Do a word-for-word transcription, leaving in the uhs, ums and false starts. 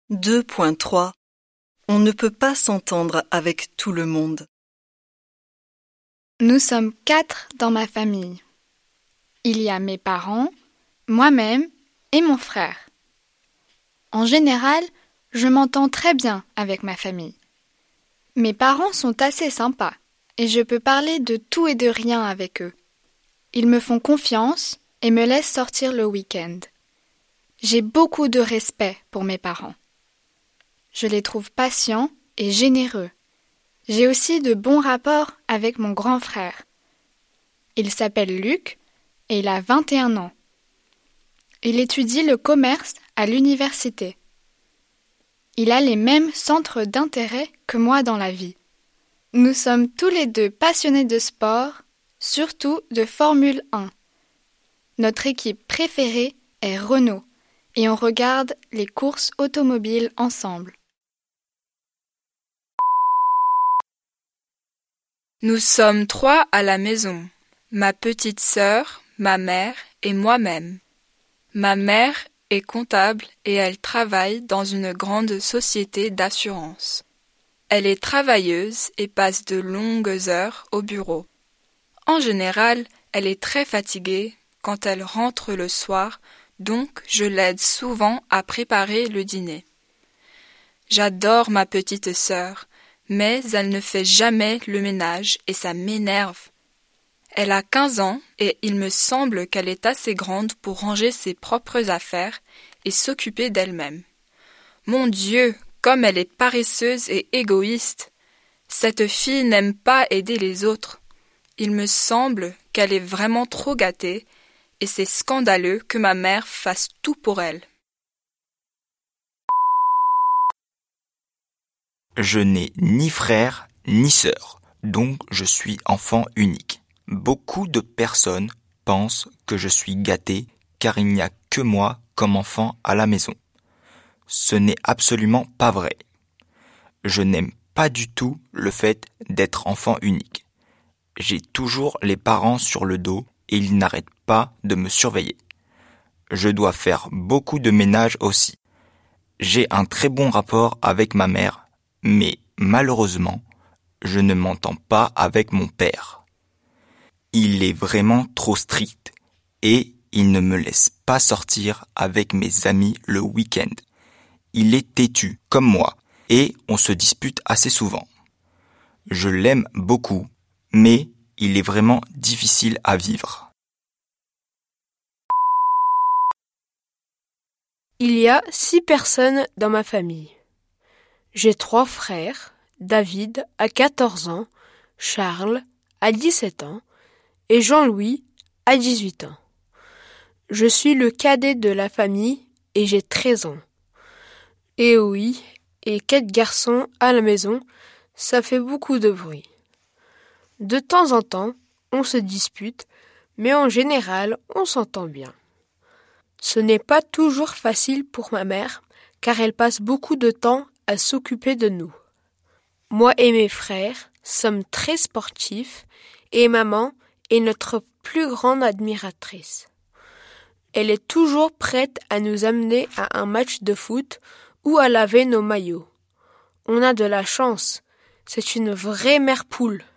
deux point trois. On ne peut pas s'entendre avec tout le monde. Nous sommes quatre dans ma famille. Il y a mes parents, moi-même et mon frère. En général, je m'entends très bien avec ma famille. Mes parents sont assez sympas et je peux parler de tout et de rien avec eux. Ils me font confiance et me laissent sortir le week-end. J'ai beaucoup de respect pour mes parents. Je les trouve patients et généreux. J'ai aussi de bons rapports avec mon grand frère. Il s'appelle Luc et il a vingt et un ans. Il étudie le commerce à l'université. Il a les mêmes centres d'intérêt que moi dans la vie. Nous sommes tous les deux passionnés de sport, surtout de Formule un. Notre équipe préférée est Renault et on regarde les courses automobiles ensemble. Nous sommes trois à la maison, ma petite sœur, ma mère et moi-même. Ma mère est comptable et elle travaille dans une grande société d'assurance. Elle est travailleuse et passe de longues heures au bureau. En général, elle est très fatiguée quand elle rentre le soir, donc je l'aide souvent à préparer le dîner. J'adore ma petite sœur, mais elle ne fait jamais le ménage et ça m'énerve. Elle a quinze ans et il me semble qu'elle est assez grande pour ranger ses propres affaires et s'occuper d'elle-même. Mon Dieu, comme elle est paresseuse et égoïste! Cette fille n'aime pas aider les autres. Il me semble qu'elle est vraiment trop gâtée et c'est scandaleux que ma mère fasse tout pour elle. Je n'ai ni frère ni sœur, donc je suis enfant unique. Beaucoup de personnes pensent que je suis gâté car il n'y a que moi comme enfant à la maison. Ce n'est absolument pas vrai. Je n'aime pas du tout le fait d'être enfant unique. J'ai toujours les parents sur le dos et ils n'arrêtent pas de me surveiller. Je dois faire beaucoup de ménage aussi. J'ai un très bon rapport avec ma mère, mais malheureusement, je ne m'entends pas avec mon père. Il est vraiment trop strict et il ne me laisse pas sortir avec mes amis le week-end. Il est têtu comme moi et on se dispute assez souvent. Je l'aime beaucoup, mais il est vraiment difficile à vivre. Il y a six personnes dans ma famille. J'ai trois frères, David a quatorze ans, Charles a dix-sept ans et Jean-Louis a dix-huit ans. Je suis le cadet de la famille et j'ai treize ans. Et oui, et quatre garçons à la maison, ça fait beaucoup de bruit. De temps en temps, on se dispute, mais en général, on s'entend bien. Ce n'est pas toujours facile pour ma mère, car elle passe beaucoup de temps à s'occuper de nous. Moi et mes frères sommes très sportifs et maman est notre plus grande admiratrice. Elle est toujours prête à nous amener à un match de foot ou à laver nos maillots. On a de la chance, c'est une vraie mère poule.